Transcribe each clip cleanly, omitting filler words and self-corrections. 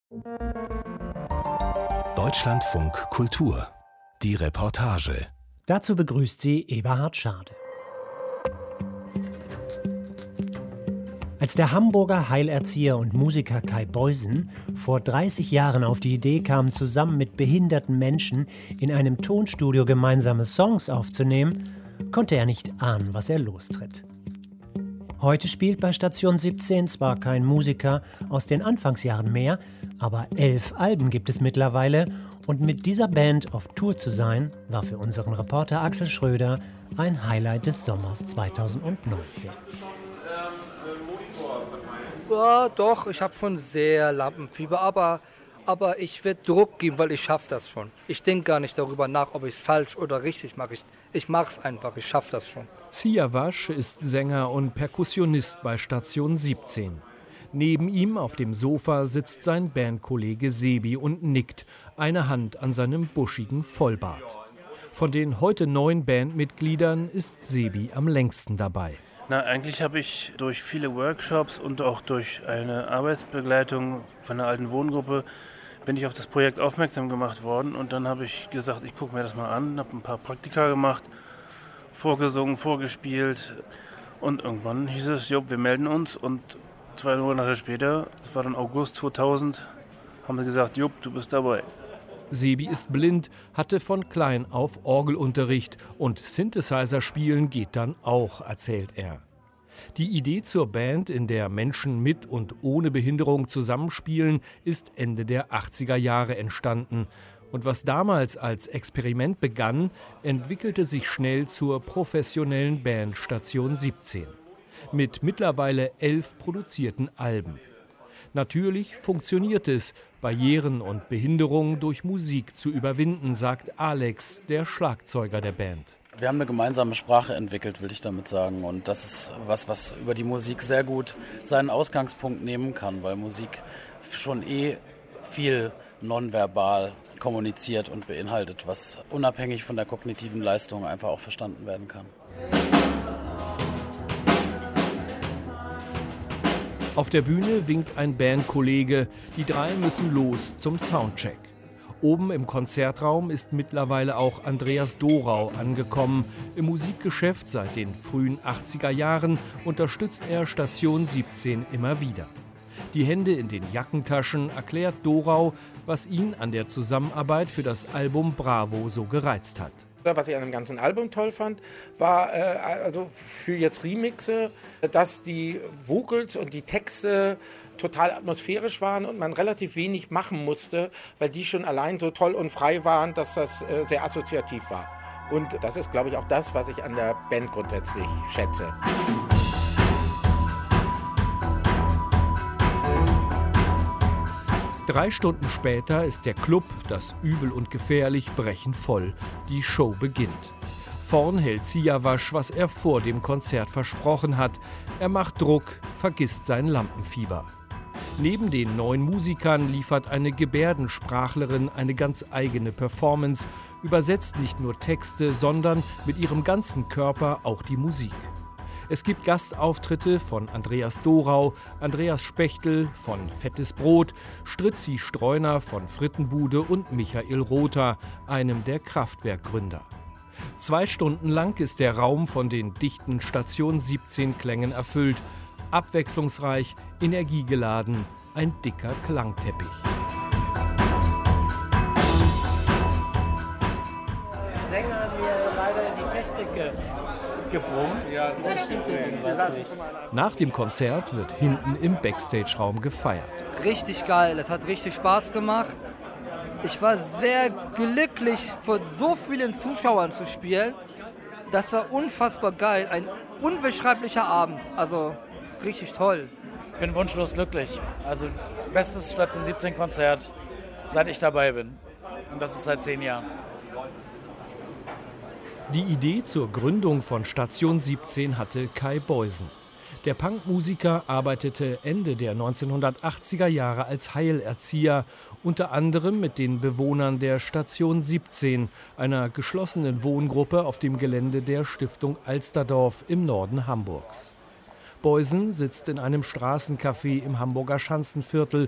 Deutschlandfunk Kultur. Die Reportage. Dazu begrüßt sie Eberhard Schade. Als der Hamburger Heilerzieher und Musiker Kai Boysen vor 30 Jahren auf die Idee kam, zusammen mit behinderten Menschen in einem Tonstudio gemeinsame Songs aufzunehmen, konnte er nicht ahnen, was er lostritt. Heute spielt bei Station 17 zwar kein Musiker aus den Anfangsjahren mehr, aber 11 Alben gibt es mittlerweile und mit dieser Band auf Tour zu sein, war für unseren Reporter Axel Schröder ein Highlight des Sommers 2019. Ja, doch, ich habe schon sehr Lampenfieber, aber ich werde Druck geben, weil ich schaffe das schon. Ich denke gar nicht darüber nach, ob ich es falsch oder richtig mache. Ich mache es einfach, ich schaffe das schon. Siavash ist Sänger und Perkussionist bei Station 17. Neben ihm auf dem Sofa sitzt sein Bandkollege Sebi und nickt, eine Hand an seinem buschigen Vollbart. Von den heute 9 Bandmitgliedern ist Sebi am längsten dabei. Na, eigentlich habe ich durch viele Workshops und auch durch eine Arbeitsbegleitung von einer alten Wohngruppe bin ich auf das Projekt aufmerksam gemacht worden und dann habe ich gesagt, ich gucke mir das mal an, habe ein paar Praktika gemacht, vorgesungen, vorgespielt und irgendwann hieß es, jo, wir melden uns und 2 Monate später, das war dann August 2000, haben sie gesagt, jo, du bist dabei. Sebi ist blind, hatte von klein auf Orgelunterricht und Synthesizer spielen geht dann auch, erzählt er. Die Idee zur Band, in der Menschen mit und ohne Behinderung zusammenspielen, ist Ende der 80er Jahre entstanden. Und was damals als Experiment begann, entwickelte sich schnell zur professionellen Band Station 17. Mit mittlerweile 11 produzierten Alben. Natürlich funktioniert es, Barrieren und Behinderungen durch Musik zu überwinden, sagt Alex, der Schlagzeuger der Band. Wir haben eine gemeinsame Sprache entwickelt, will ich damit sagen. Und das ist was über die Musik sehr gut seinen Ausgangspunkt nehmen kann, weil Musik schon viel nonverbal kommuniziert und beinhaltet, was unabhängig von der kognitiven Leistung einfach auch verstanden werden kann. Auf der Bühne winkt ein Bandkollege. Die 3 müssen los zum Soundcheck. Oben im Konzertraum ist mittlerweile auch Andreas Dorau angekommen. Im Musikgeschäft seit den frühen 80er Jahren unterstützt er Station 17 immer wieder. Die Hände in den Jackentaschen erklärt Dorau, was ihn an der Zusammenarbeit für das Album Bravo so gereizt hat. Was ich an dem ganzen Album toll fand, war also für jetzt Remixe, dass die Vocals und die Texte total atmosphärisch waren und man relativ wenig machen musste, weil die schon allein so toll und frei waren, dass das sehr assoziativ war. Und das ist, glaube ich, auch das, was ich an der Band grundsätzlich schätze. Drei Stunden später ist der Club, das Übel und Gefährlich, brechend voll. Die Show beginnt. Vorn hält Siavash, was er vor dem Konzert versprochen hat. Er macht Druck, vergisst sein Lampenfieber. Neben den 9 Musikern liefert eine Gebärdensprachlerin eine ganz eigene Performance, übersetzt nicht nur Texte, sondern mit ihrem ganzen Körper auch die Musik. Es gibt Gastauftritte von Andreas Dorau, Andreas Spechtel von Fettes Brot, Stritzi Streuner von Frittenbude und Michael Rother, einem der Kraftwerkgründer. 2 Stunden lang ist der Raum von den dichten Station 17 Klängen erfüllt. Abwechslungsreich, energiegeladen, ein dicker Klangteppich. Der Sänger hat mir leider die Technik gebrummt. Ja, Nach dem Konzert wird hinten im Backstage-Raum gefeiert. Richtig geil, es hat richtig Spaß gemacht. Ich war sehr glücklich, vor so vielen Zuschauern zu spielen. Das war unfassbar geil, ein unbeschreiblicher Abend, also richtig toll. Ich bin wunschlos glücklich. Also bestes Station 17 Konzert, seit ich dabei bin. Und das ist seit 10 Jahren. Die Idee zur Gründung von Station 17 hatte Kai Boysen. Der Punkmusiker arbeitete Ende der 1980er Jahre als Heilerzieher, unter anderem mit den Bewohnern der Station 17, einer geschlossenen Wohngruppe auf dem Gelände der Stiftung Alsterdorf im Norden Hamburgs. Boysen sitzt in einem Straßencafé im Hamburger Schanzenviertel,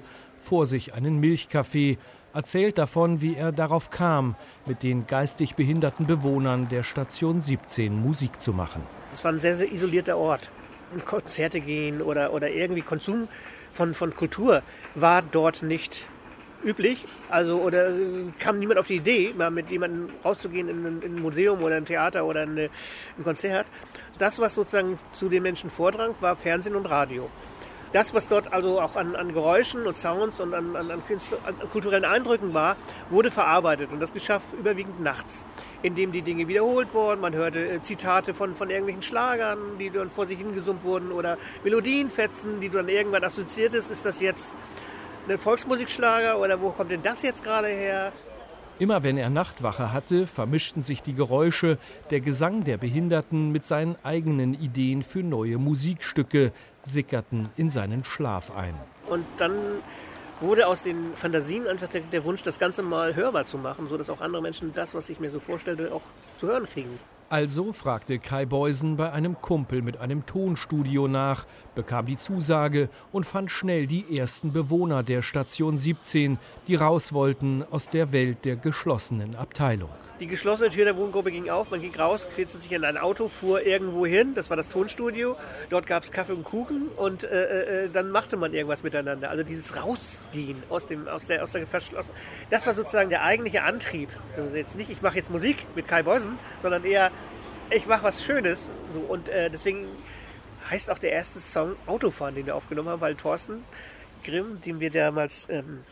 vor sich einen Milchkaffee, erzählt davon, wie er darauf kam, mit den geistig behinderten Bewohnern der Station 17 Musik zu machen. Es war ein sehr, sehr isolierter Ort. Konzerte gehen oder irgendwie Konsum von Kultur war dort nicht üblich. Oder kam niemand auf die Idee, mal mit jemandem rauszugehen in ein Museum oder ein Theater oder ein Konzert. Das, was sozusagen zu den Menschen vordrang, war Fernsehen und Radio. Das, was dort also auch an Geräuschen und Sounds und an kulturellen Eindrücken war, wurde verarbeitet. Und das geschah überwiegend nachts, indem die Dinge wiederholt wurden. Man hörte Zitate von irgendwelchen Schlagern, die dann vor sich hingesummt wurden, oder Melodienfetzen, die du dann irgendwann assoziiertest. Ist das jetzt ein Volksmusikschlager oder wo kommt denn das jetzt gerade her? Immer wenn er Nachtwache hatte, vermischten sich die Geräusche, der Gesang der Behinderten mit seinen eigenen Ideen für neue Musikstücke, sickerten in seinen Schlaf ein. Und dann wurde aus den Fantasien einfach der Wunsch, das Ganze mal hörbar zu machen, sodass auch andere Menschen das, was ich mir so vorstellte, auch zu hören kriegen. Also fragte Kai Boysen bei einem Kumpel mit einem Tonstudio nach, bekam die Zusage und fand schnell die ersten Bewohner der Station 17, die raus wollten aus der Welt der geschlossenen Abteilung. Die geschlossene Tür der Wohngruppe ging auf, man ging raus, quetschte sich in ein Auto, fuhr irgendwo hin, das war das Tonstudio, dort gab es Kaffee und Kuchen und dann machte man irgendwas miteinander. Also dieses Rausgehen aus der Verschlossenen, das war sozusagen der eigentliche Antrieb. Also jetzt nicht, ich mache jetzt Musik mit Kai Boysen, sondern eher, ich mache was Schönes. So. Und deswegen heißt auch der erste Song Autofahren, den wir aufgenommen haben, weil Thorsten Grimm, den wir damals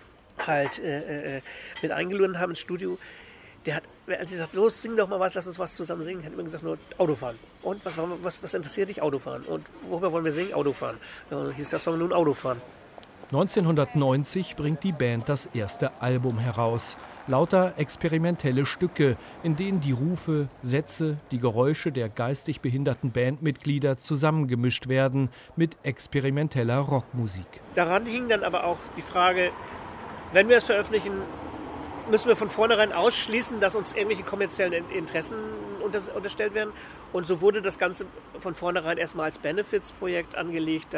mit eingeladen haben ins Studio, der hat, als ich sagte, los, sing doch mal was, lass uns was zusammen singen, hat immer gesagt, nur Autofahren. Und was interessiert dich? Autofahren. Und worüber wollen wir singen? Autofahren. Dann hieß der Song nun Autofahren. 1990 bringt die Band das erste Album heraus. Lauter experimentelle Stücke, in denen die Rufe, Sätze, die Geräusche der geistig behinderten Bandmitglieder zusammengemischt werden mit experimenteller Rockmusik. Daran hing dann aber auch die Frage, wenn wir es veröffentlichen, müssen wir von vornherein ausschließen, dass uns irgendwelche kommerziellen Interessen unterstellt werden. Und so wurde das Ganze von vornherein erstmal als Benefits-Projekt angelegt,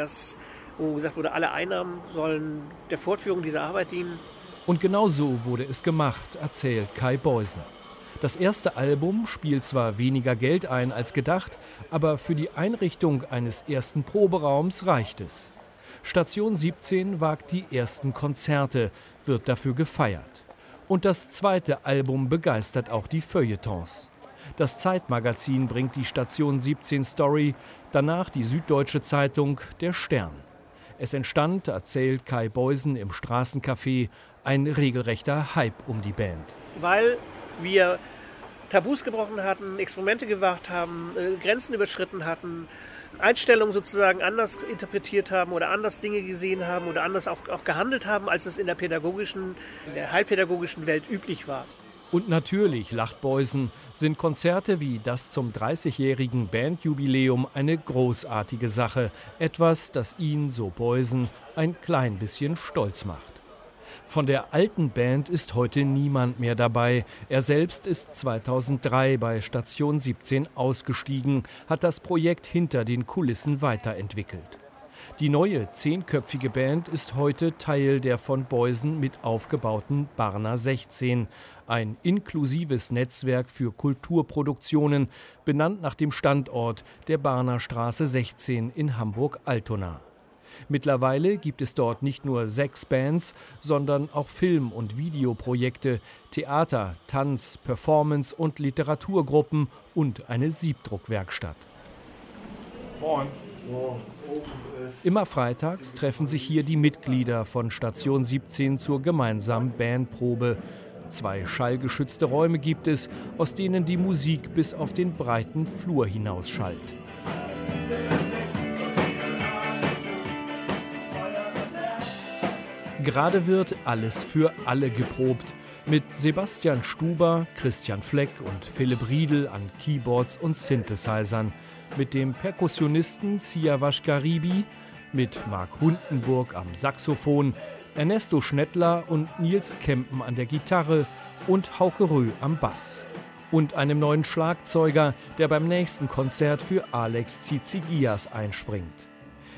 wo gesagt wurde, alle Einnahmen sollen der Fortführung dieser Arbeit dienen. Und genau so wurde es gemacht, erzählt Kai Boysen. Das erste Album spielt zwar weniger Geld ein als gedacht, aber für die Einrichtung eines ersten Proberaums reicht es. Station 17 wagt die ersten Konzerte, wird dafür gefeiert. Und das zweite Album begeistert auch die Feuilletons. Das Zeitmagazin bringt die Station 17 Story, danach die Süddeutsche Zeitung, der Stern. Es entstand, erzählt Kai Boysen im Straßencafé, ein regelrechter Hype um die Band. Weil wir Tabus gebrochen hatten, Experimente gewagt haben, Grenzen überschritten hatten, Einstellungen sozusagen anders interpretiert haben oder anders Dinge gesehen haben oder anders auch gehandelt haben, als es in der heilpädagogischen Welt üblich war. Und natürlich, lacht Boysen, sind Konzerte wie das zum 30-jährigen Bandjubiläum eine großartige Sache. Etwas, das ihn, so Boysen, ein klein bisschen stolz macht. Von der alten Band ist heute niemand mehr dabei. Er selbst ist 2003 bei Station 17 ausgestiegen, hat das Projekt hinter den Kulissen weiterentwickelt. Die neue 10-köpfige Band ist heute Teil der von Boysen mit aufgebauten Barna 16, ein inklusives Netzwerk für Kulturproduktionen, benannt nach dem Standort der Barner Straße 16 in Hamburg-Altona. Mittlerweile gibt es dort nicht nur 6 Bands, sondern auch Film- und Videoprojekte, Theater, Tanz, Performance- und Literaturgruppen und eine Siebdruckwerkstatt. Moin. Immer freitags treffen sich hier die Mitglieder von Station 17 zur gemeinsamen Bandprobe. 2 schallgeschützte Räume gibt es, aus denen die Musik bis auf den breiten Flur hinaus schallt. Gerade wird alles für alle geprobt. Mit Sebastian Stuber, Christian Fleck und Philipp Riedel an Keyboards und Synthesizern. Mit dem Perkussionisten Siavash Garibi, mit Marc Hundenburg am Saxophon, Ernesto Schnettler und Nils Kempen an der Gitarre und Hauke Röh am Bass. Und einem neuen Schlagzeuger, der beim nächsten Konzert für Alex Tsitsigias einspringt.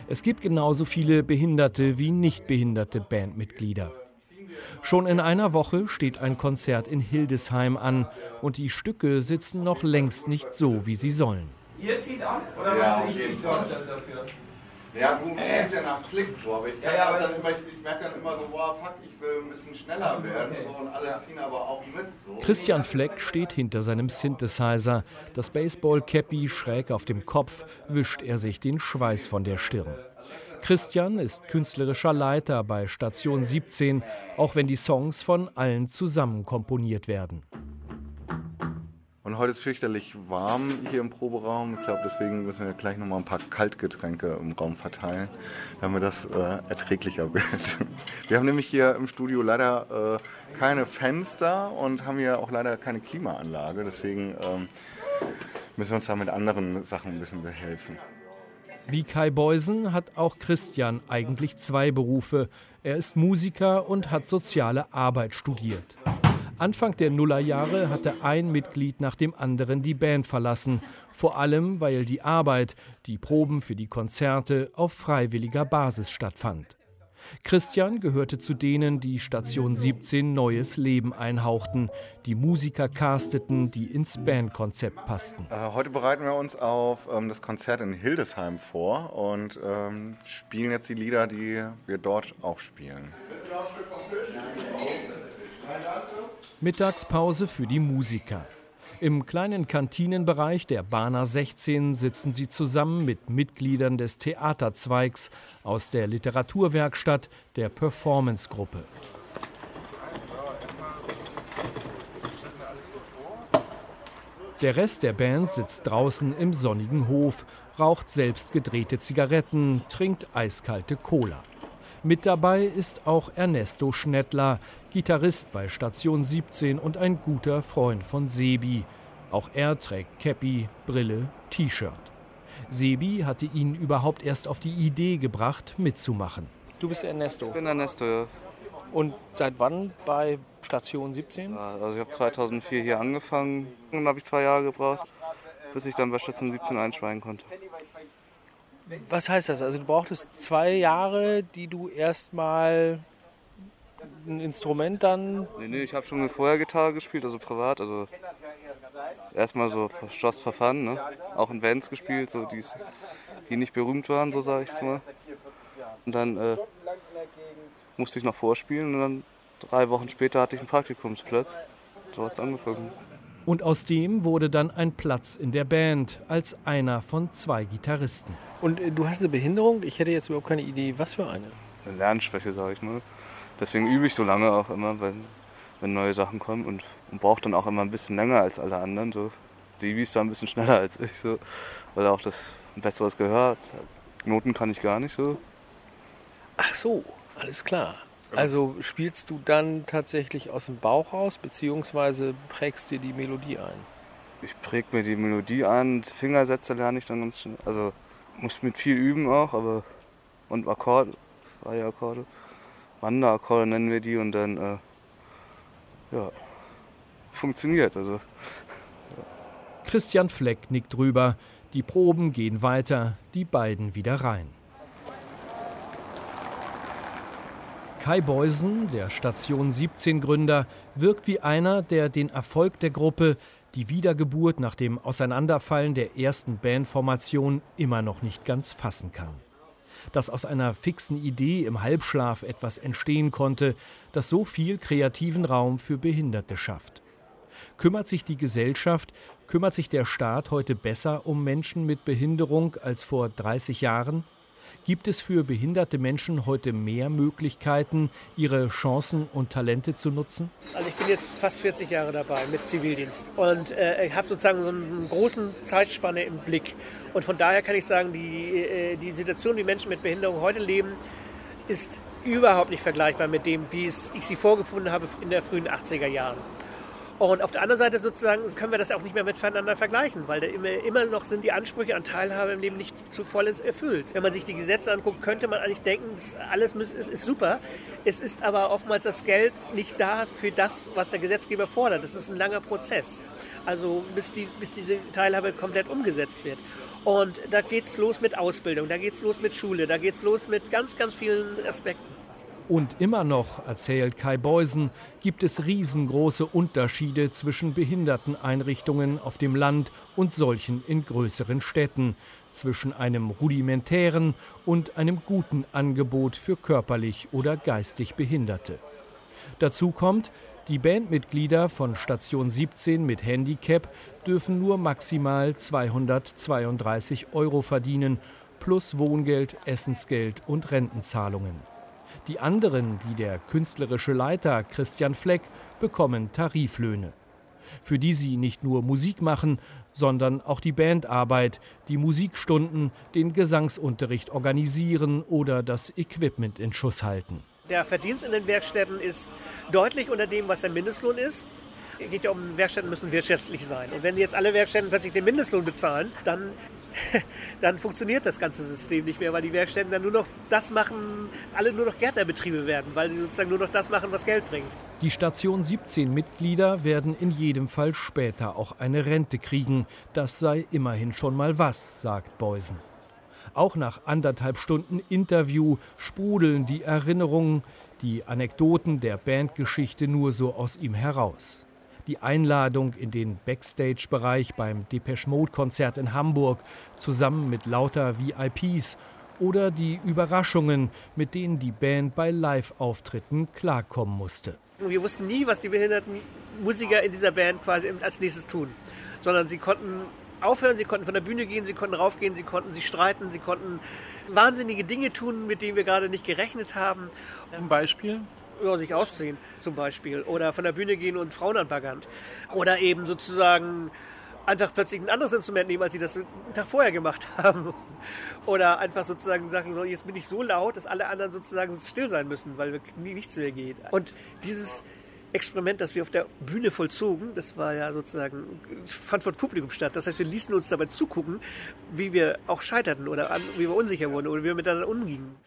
Es gibt genauso viele behinderte wie nicht behinderte Bandmitglieder. Schon in einer Woche steht ein Konzert in Hildesheim an und die Stücke sitzen noch längst nicht so, wie sie sollen. Ihr zieht an? Oder ja, ich sorge dann dafür? Ja, du kennst ja nach Klick so, aber ich merke dann immer so, boah, fuck, ich will ein bisschen schneller werden so, und alle ziehen aber auch mit. So. Christian Fleck steht hinter seinem Synthesizer. Das Baseball-Cappy schräg auf dem Kopf wischt er sich den Schweiß von der Stirn. Christian ist künstlerischer Leiter bei Station 17, auch wenn die Songs von allen zusammen komponiert werden. Und heute ist fürchterlich warm hier im Proberaum. Ich glaube, deswegen müssen wir gleich noch mal ein paar Kaltgetränke im Raum verteilen, damit das erträglicher wird. Wir haben nämlich hier im Studio leider keine Fenster und haben hier auch leider keine Klimaanlage. Deswegen müssen wir uns da mit anderen Sachen ein bisschen behelfen. Wie Kai Beusen hat auch Christian eigentlich zwei Berufe. Er ist Musiker und hat soziale Arbeit studiert. Anfang der Nullerjahre hatte ein Mitglied nach dem anderen die Band verlassen. Vor allem, weil die Arbeit, die Proben für die Konzerte auf freiwilliger Basis stattfand. Christian gehörte zu denen, die Station 17 neues Leben einhauchten, die Musiker casteten, die ins Bandkonzept passten. Heute bereiten wir uns auf das Konzert in Hildesheim vor und spielen jetzt die Lieder, die wir dort auch spielen. Mittagspause für die Musiker. Im kleinen Kantinenbereich der Bahner 16 sitzen sie zusammen mit Mitgliedern des Theaterzweigs aus der Literaturwerkstatt der Performance-Gruppe. Der Rest der Band sitzt draußen im sonnigen Hof, raucht selbst gedrehte Zigaretten, trinkt eiskalte Cola. Mit dabei ist auch Ernesto Schnettler, Gitarrist bei Station 17 und ein guter Freund von Sebi. Auch er trägt Käppi, Brille, T-Shirt. Sebi hatte ihn überhaupt erst auf die Idee gebracht, mitzumachen. Du bist Ernesto? Ich bin Ernesto, ja. Und seit wann bei Station 17? Also ich habe 2004 hier angefangen, dann habe ich 2 Jahre gebraucht, bis ich dann bei Station 17 einsteigen konnte. Was heißt das? Also du brauchtest 2 Jahre, die du erstmal ein Instrument dann... Nee, ich habe schon vorher Gitarre gespielt, also privat. Also erstmal so just for fun, ne? Auch in Bands gespielt, so die nicht berühmt waren, so sage ich es mal. Und dann musste ich noch vorspielen und dann 3 Wochen später hatte ich einen Praktikumsplatz. So hat es angefangen. Und aus dem wurde dann ein Platz in der Band als einer von 2 Gitarristen. Und du hast eine Behinderung? Ich hätte jetzt überhaupt keine Idee. Was für eine? Eine Lernschwäche, sage ich mal. Deswegen übe ich so lange auch immer, wenn neue Sachen kommen und brauche dann auch immer ein bisschen länger als alle anderen. So. Sebi ist da ein bisschen schneller als ich, so, weil er auch ein besseres Gehör hat. Noten kann ich gar nicht so. Ach so, alles klar. Also spielst du dann tatsächlich aus dem Bauch raus, beziehungsweise prägst dir die Melodie ein? Ich präge mir die Melodie ein, Fingersätze lerne ich dann ganz schnell. Also muss mit viel üben auch, und Akkorde, freie Akkorde, Wanderakkorde nennen wir die und dann, funktioniert. Also. Ja. Christian Fleck nickt drüber, die Proben gehen weiter, die beiden wieder rein. Kai Beusen, der Station 17 Gründer, wirkt wie einer, der den Erfolg der Gruppe, die Wiedergeburt nach dem Auseinanderfallen der ersten Bandformation immer noch nicht ganz fassen kann. Dass aus einer fixen Idee im Halbschlaf etwas entstehen konnte, das so viel kreativen Raum für Behinderte schafft. Kümmert sich die Gesellschaft, kümmert sich der Staat heute besser um Menschen mit Behinderung als vor 30 Jahren? Gibt es für behinderte Menschen heute mehr Möglichkeiten, ihre Chancen und Talente zu nutzen? Also ich bin jetzt fast 40 Jahre dabei mit Zivildienst und ich habe sozusagen so einen großen Zeitspanne im Blick. Und von daher kann ich sagen, die Situation, wie Menschen mit Behinderung heute leben, ist überhaupt nicht vergleichbar mit dem, wie ich sie vorgefunden habe in der frühen 80er Jahren. Und auf der anderen Seite sozusagen können wir das auch nicht mehr miteinander vergleichen, weil da immer noch sind die Ansprüche an Teilhabe im Leben nicht zu vollends erfüllt. Wenn man sich die Gesetze anguckt, könnte man eigentlich denken, alles ist super. Es ist aber oftmals das Geld nicht da für das, was der Gesetzgeber fordert. Das ist ein langer Prozess, also bis diese Teilhabe komplett umgesetzt wird. Und da geht's los mit Ausbildung, da geht's los mit Schule, da geht's los mit ganz, ganz vielen Aspekten. Und immer noch, erzählt Kai Beusen, gibt es riesengroße Unterschiede zwischen Behinderteneinrichtungen auf dem Land und solchen in größeren Städten, zwischen einem rudimentären und einem guten Angebot für körperlich oder geistig Behinderte. Dazu kommt, die Bandmitglieder von Station 17 mit Handicap dürfen nur maximal 232 € verdienen, plus Wohngeld, Essensgeld und Rentenzahlungen. Die anderen, wie der künstlerische Leiter Christian Fleck, bekommen Tariflöhne, für die sie nicht nur Musik machen, sondern auch die Bandarbeit, die Musikstunden, den Gesangsunterricht organisieren oder das Equipment in Schuss halten. Der Verdienst in den Werkstätten ist deutlich unter dem, was der Mindestlohn ist. Es geht ja um, Werkstätten müssen wirtschaftlich sein. Und wenn jetzt alle Werkstätten plötzlich den Mindestlohn bezahlen, dann funktioniert das ganze System nicht mehr, weil die Werkstätten dann nur noch das machen, alle nur noch Gärtnerbetriebe werden, weil sie sozusagen nur noch das machen, was Geld bringt. Die Station 17 Mitglieder werden in jedem Fall später auch eine Rente kriegen. Das sei immerhin schon mal was, sagt Beusen. Auch nach 1,5 Stunden Interview sprudeln die Erinnerungen, die Anekdoten der Bandgeschichte nur so aus ihm heraus. Die Einladung in den Backstage-Bereich beim Depeche-Mode-Konzert in Hamburg zusammen mit lauter VIPs oder die Überraschungen, mit denen die Band bei Live-Auftritten klarkommen musste. Wir wussten nie, was die behinderten Musiker in dieser Band quasi als nächstes tun, sondern sie konnten aufhören, sie konnten von der Bühne gehen, sie konnten raufgehen, sie konnten sich streiten, sie konnten wahnsinnige Dinge tun, mit denen wir gerade nicht gerechnet haben. Ein Beispiel? Ja, sich ausziehen zum Beispiel oder von der Bühne gehen und Frauen anbaggern oder eben sozusagen einfach plötzlich ein anderes Instrument nehmen, als sie das einen Tag vorher gemacht haben oder einfach sozusagen sagen, so, jetzt bin ich so laut, dass alle anderen sozusagen still sein müssen, weil nichts mehr geht. Und dieses Experiment, das wir auf der Bühne vollzogen, das war ja sozusagen, fand vor Publikum statt. Das heißt, wir ließen uns dabei zugucken, wie wir auch scheiterten oder wie wir unsicher wurden oder wie wir miteinander umgingen.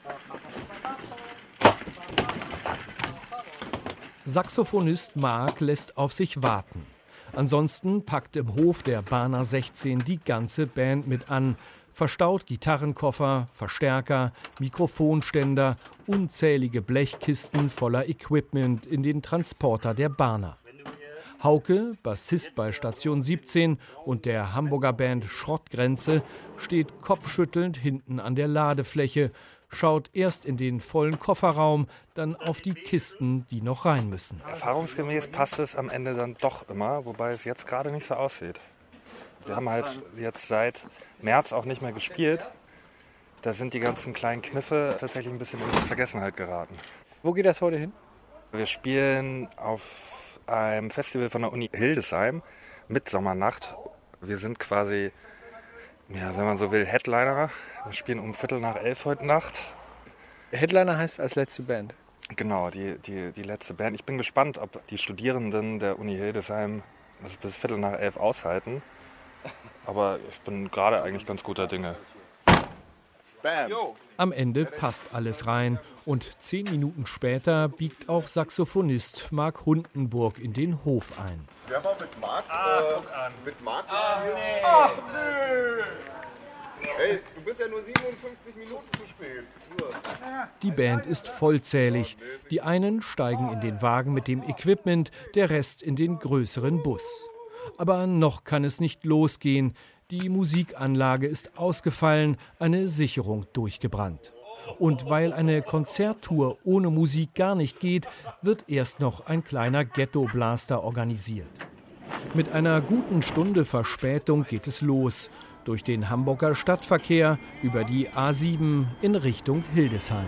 Saxophonist Marc lässt auf sich warten. Ansonsten packt im Hof der Bahner 16 die ganze Band mit an, verstaut Gitarrenkoffer, Verstärker, Mikrofonständer, unzählige Blechkisten voller Equipment in den Transporter der Bahner. Hauke, Bassist bei Station 17 und der Hamburger Band Schrottgrenze, steht kopfschüttelnd hinten an der Ladefläche, schaut erst in den vollen Kofferraum, dann auf die Kisten, die noch rein müssen. Erfahrungsgemäß passt es am Ende dann doch immer, wobei es jetzt gerade nicht so aussieht. Wir haben halt jetzt seit März auch nicht mehr gespielt. Da sind die ganzen kleinen Kniffe tatsächlich ein bisschen in die Vergessenheit geraten. Wo geht das heute hin? Wir spielen auf einem Festival von der Uni Hildesheim, Mitsommernacht. Wir sind quasi, ja, wenn man so will, Headliner. Wir spielen um 11:15 heute Nacht. Headliner heißt als letzte Band? Genau, die letzte Band. Ich bin gespannt, ob die Studierenden der Uni Hildesheim das bis 11:15 aushalten. Aber ich bin gerade eigentlich ganz guter Dinge. Bam. Am Ende passt alles rein und 10 Minuten später biegt auch Saxophonist Marc Hundenburg in den Hof ein. Wir haben auch mit Marc gespielt. Nee. Ach nö! Hey, du bist ja nur 57 Minuten zu spät. Die Band ist vollzählig. Die einen steigen in den Wagen mit dem Equipment, der Rest in den größeren Bus. Aber noch kann es nicht losgehen. Die Musikanlage ist ausgefallen, eine Sicherung durchgebrannt. Und weil eine Konzerttour ohne Musik gar nicht geht, wird erst noch ein kleiner Ghetto-Blaster organisiert. Mit einer guten Stunde Verspätung geht es los. Durch den Hamburger Stadtverkehr, über die A7 in Richtung Hildesheim.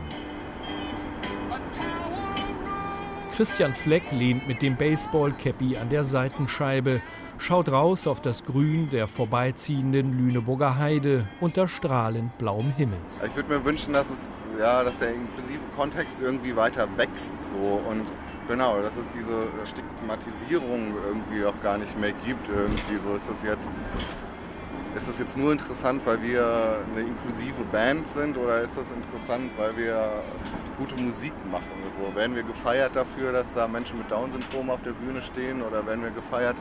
Christian Fleck lehnt mit dem Baseball-Cappy an der Seitenscheibe, schaut raus auf das Grün der vorbeiziehenden Lüneburger Heide unter strahlend blauem Himmel. Ich würde mir wünschen, dass der inklusive Kontext irgendwie weiter wächst. So. Und genau, dass es diese Stigmatisierung irgendwie auch gar nicht mehr gibt. Irgendwie. So ist das jetzt nur interessant, weil wir eine inklusive Band sind, oder ist das interessant, weil wir gute Musik machen? So, werden wir gefeiert dafür, dass da Menschen mit Down-Syndrom auf der Bühne stehen, oder werden wir gefeiert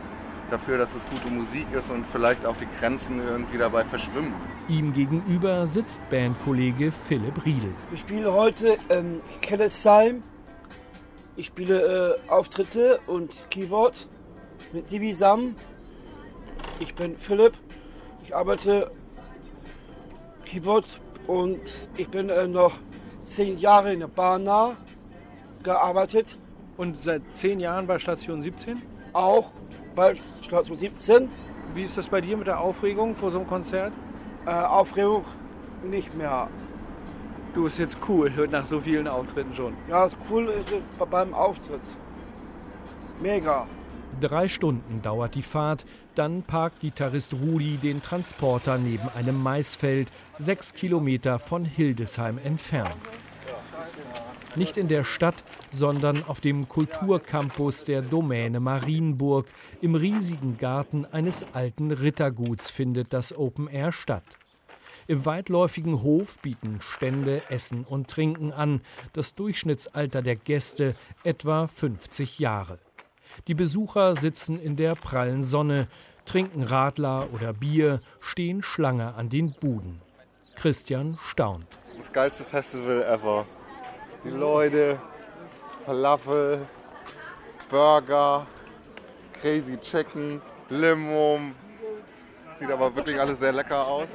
dafür, dass es gute Musik ist und vielleicht auch die Grenzen irgendwie dabei verschwimmen. Ihm gegenüber sitzt Bandkollege Philipp Riedel. Ich spiele heute Kellesheim. Ich spiele Auftritte und Keyboard mit Sibi Sam. Ich bin Philipp. Ich arbeite Keyboard und ich bin noch 10 Jahre in der Bahn gearbeitet. Und seit 10 Jahren bei Station 17? Auch bei Station 17. Wie ist das bei dir mit der Aufregung vor so einem Konzert? Aufregung nicht mehr. Du bist jetzt cool nach so vielen Auftritten schon. Ja, das Coole ist beim Auftritt. Mega. 3 Stunden dauert die Fahrt, dann parkt Gitarrist Rudi den Transporter neben einem Maisfeld, 6 Kilometer von Hildesheim entfernt. Nicht in der Stadt, sondern auf dem Kulturcampus der Domäne Marienburg. Im riesigen Garten eines alten Ritterguts findet das Open Air statt. Im weitläufigen Hof bieten Stände Essen und Trinken an. Das Durchschnittsalter der Gäste etwa 50 Jahre. Die Besucher sitzen in der prallen Sonne, trinken Radler oder Bier, stehen Schlange an den Buden. Christian staunt. Das geilste Festival ever. Die Leute, Falafel, Burger, Crazy Chicken, Limo. Sieht aber wirklich alles sehr lecker aus.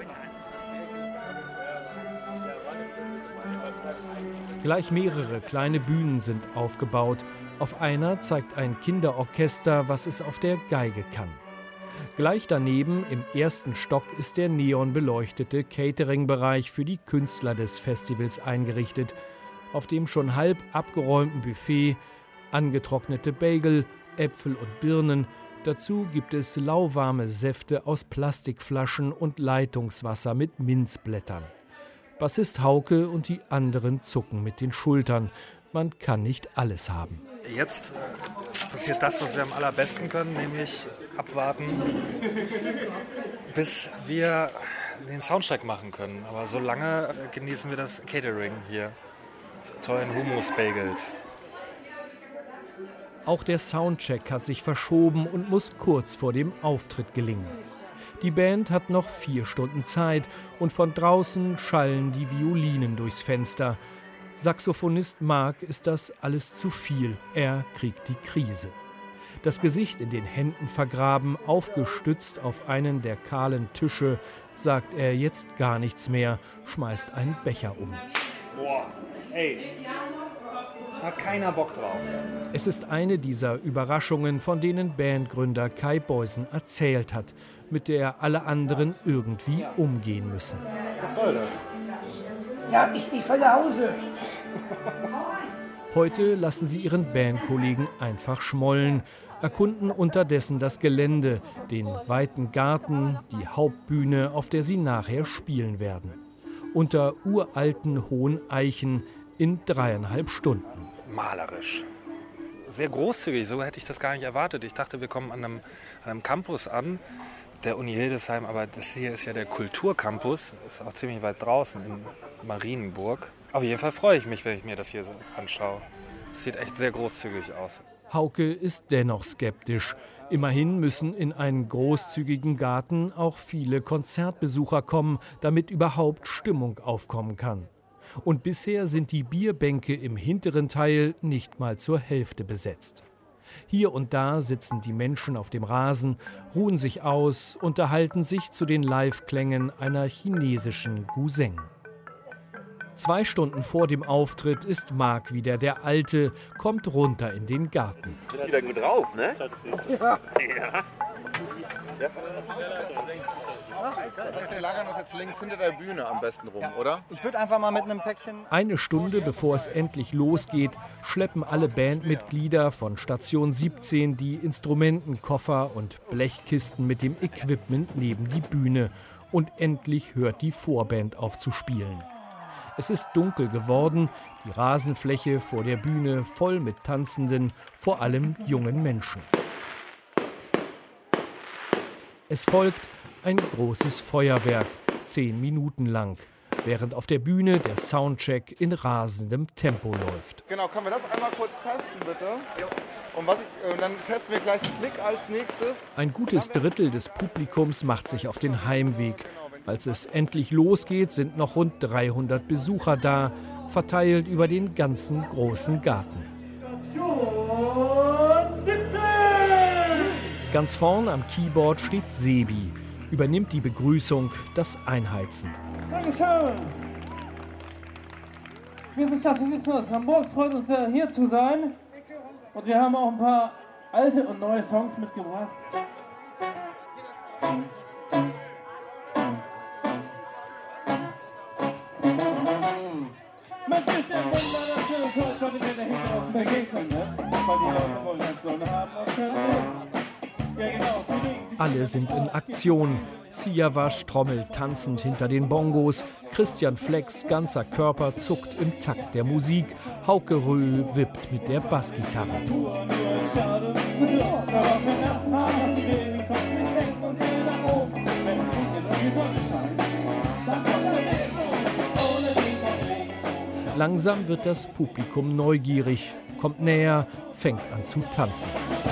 Gleich mehrere kleine Bühnen sind aufgebaut. Auf einer zeigt ein Kinderorchester, was es auf der Geige kann. Gleich daneben, im 1. Stock, ist der neonbeleuchtete Catering-Bereich für die Künstler des Festivals eingerichtet. Auf dem schon halb abgeräumten Buffet angetrocknete Bagel, Äpfel und Birnen. Dazu gibt es lauwarme Säfte aus Plastikflaschen und Leitungswasser mit Minzblättern. Bassist Hauke und die anderen zucken mit den Schultern. Man kann nicht alles haben. Jetzt passiert das, was wir am allerbesten können, nämlich abwarten, bis wir den Soundcheck machen können. Aber solange genießen wir das Catering hier. Tollen Hummus-Bagels. Auch der Soundcheck hat sich verschoben und muss kurz vor dem Auftritt gelingen. Die Band hat noch 4 Stunden Zeit und von draußen schallen die Violinen durchs Fenster. Saxophonist Marc ist das alles zu viel. Er kriegt die Krise. Das Gesicht in den Händen vergraben, aufgestützt auf einen der kahlen Tische, sagt er jetzt gar nichts mehr, schmeißt einen Becher um. Boah, ey, hat keiner Bock drauf. Es ist eine dieser Überraschungen, von denen Bandgründer Kai Boysen erzählt hat, mit der alle anderen irgendwie umgehen müssen. Was soll das? Ja, ich falle nach Hause. Heute lassen sie ihren Bandkollegen einfach schmollen, erkunden unterdessen das Gelände, den weiten Garten, die Hauptbühne, auf der sie nachher spielen werden. Unter uralten hohen Eichen in 3,5 Stunden. Malerisch. Sehr großzügig, so hätte ich das gar nicht erwartet. Ich dachte, wir kommen an einem Campus an, der Uni Hildesheim, aber das hier ist ja der Kulturcampus, ist auch ziemlich weit draußen in Marienburg. Auf jeden Fall freue ich mich, wenn ich mir das hier so anschaue. Es sieht echt sehr großzügig aus. Hauke ist dennoch skeptisch. Immerhin müssen in einen großzügigen Garten auch viele Konzertbesucher kommen, damit überhaupt Stimmung aufkommen kann. Und bisher sind die Bierbänke im hinteren Teil nicht mal zur Hälfte besetzt. Hier und da sitzen die Menschen auf dem Rasen, ruhen sich aus, unterhalten sich zu den Live-Klängen einer chinesischen Guzheng. 2 Stunden vor dem Auftritt ist Marc wieder der Alte, kommt runter in den Garten. Du bist wieder gut drauf, ne? Ja. Wir lagern das jetzt links hinter der Bühne am besten rum, oder? Ich würde einfach mal mit einem Päckchen... Eine Stunde bevor es endlich losgeht, schleppen alle Bandmitglieder von Station 17 die Instrumentenkoffer und Blechkisten mit dem Equipment neben die Bühne. Und endlich hört die Vorband auf zu spielen. Es ist dunkel geworden, die Rasenfläche vor der Bühne voll mit Tanzenden, vor allem jungen Menschen. Es folgt ein großes Feuerwerk, 10 Minuten lang. während auf der Bühne der Soundcheck in rasendem Tempo läuft. Genau, können wir das einmal kurz testen, bitte? Und dann testen wir gleich Klick als nächstes. Ein gutes Drittel des Publikums macht sich auf den Heimweg. Als es endlich losgeht, sind noch rund 300 Besucher da, verteilt über den ganzen großen Garten. Ganz vorn am Keyboard steht Sebi, übernimmt die Begrüßung, das Einheizen. Dankeschön. Wir sind Stadtmusiken aus Hamburg, freut uns sehr, hier zu sein. Und wir haben auch ein paar alte und neue Songs mitgebracht. Alle sind in Aktion. Siavash trommelt tanzend hinter den Bongos. Christian Flex ganzer Körper zuckt im Takt der Musik. Hauke Röh wippt mit der Bassgitarre. Langsam wird das Publikum neugierig, kommt näher, fängt an zu tanzen.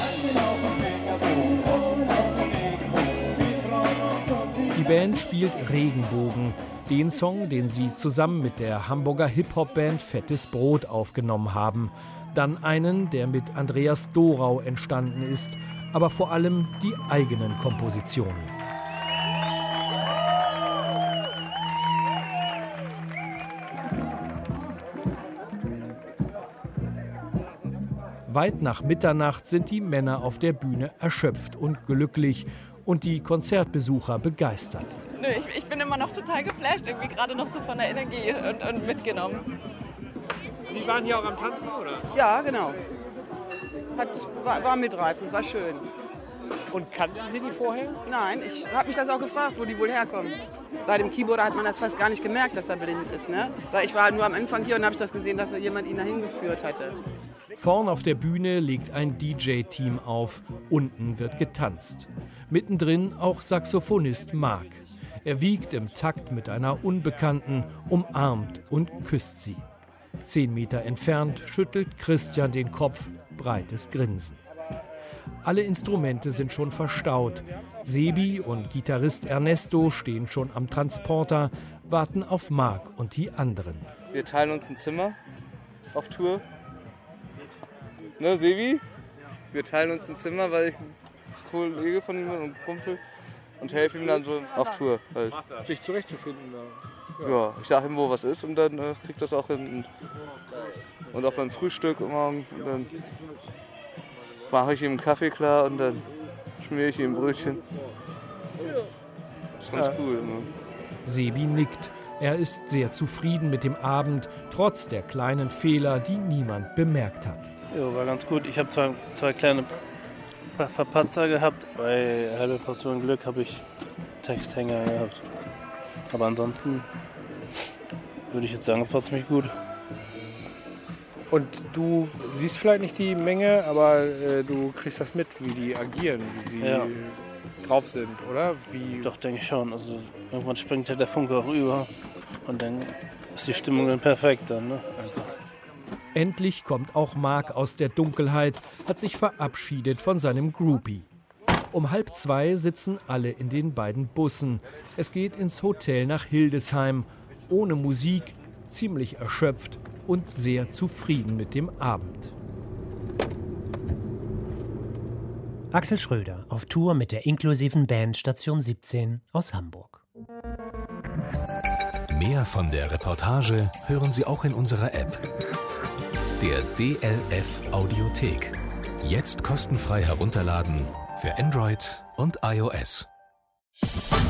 Die Band spielt Regenbogen, den Song, den sie zusammen mit der Hamburger Hip-Hop-Band Fettes Brot aufgenommen haben. Dann einen, der mit Andreas Dorau entstanden ist, aber vor allem die eigenen Kompositionen. Weit nach Mitternacht sind die Männer auf der Bühne erschöpft und glücklich und die Konzertbesucher begeistert. Nö, ich bin immer noch total geflasht, irgendwie gerade noch so von der Energie und mitgenommen. Sie waren hier auch am Tanzen, oder? Ja, genau. War mitreißend, war schön. Und kannten Sie die vorher? Nein, ich habe mich das auch gefragt, wo die wohl herkommen. Bei dem Keyboarder hat man das fast gar nicht gemerkt, dass er blind ist, ne? Weil ich war halt nur am Anfang hier und habe das gesehen, dass jemand ihn dahin geführt hatte. Vorn auf der Bühne legt ein DJ-Team auf, unten wird getanzt. Mittendrin auch Saxophonist Marc. Er wiegt im Takt mit einer Unbekannten, umarmt und küsst sie. 10 Meter entfernt schüttelt Christian den Kopf, breites Grinsen. Alle Instrumente sind schon verstaut. Sebi und Gitarrist Ernesto stehen schon am Transporter, warten auf Marc und die anderen. Wir teilen uns ein Zimmer auf Tour. Ne, Sebi? Wir teilen uns ein Zimmer, weil ich ein Kollege von ihm bin und ein Kumpel und helfe ihm dann so auf Tour. Halt. Sich zurechtzufinden. Ja, ich sage ihm, wo was ist und dann kriegt das auch hin. Und auch beim Frühstück immer, dann mache ich ihm einen Kaffee klar und dann schmiere ich ihm ein Brötchen. Das ist ganz cool. Ne? Sebi nickt. Er ist sehr zufrieden mit dem Abend, trotz der kleinen Fehler, die niemand bemerkt hat. Ja, war ganz gut. Ich habe zwei kleine Verpatzer gehabt. Bei halbe Portion Glück habe ich Texthänger gehabt. Aber ansonsten würde ich jetzt sagen, es war ziemlich gut. Und du siehst vielleicht nicht die Menge, aber du kriegst das mit, wie die agieren, wie sie drauf sind, oder? Doch, denke ich schon. Also irgendwann springt ja der Funke auch über und dann ist die Stimmung dann perfekt dann, ne? Einfach. Endlich kommt auch Marc aus der Dunkelheit, hat sich verabschiedet von seinem Groupie. Um 1:30 sitzen alle in den beiden Bussen. Es geht ins Hotel nach Hildesheim. Ohne Musik, ziemlich erschöpft und sehr zufrieden mit dem Abend. Axel Schröder auf Tour mit der inklusiven Band Station 17 aus Hamburg. Mehr von der Reportage hören Sie auch in unserer App. Der DLF Audiothek. Jetzt kostenfrei herunterladen für Android und iOS.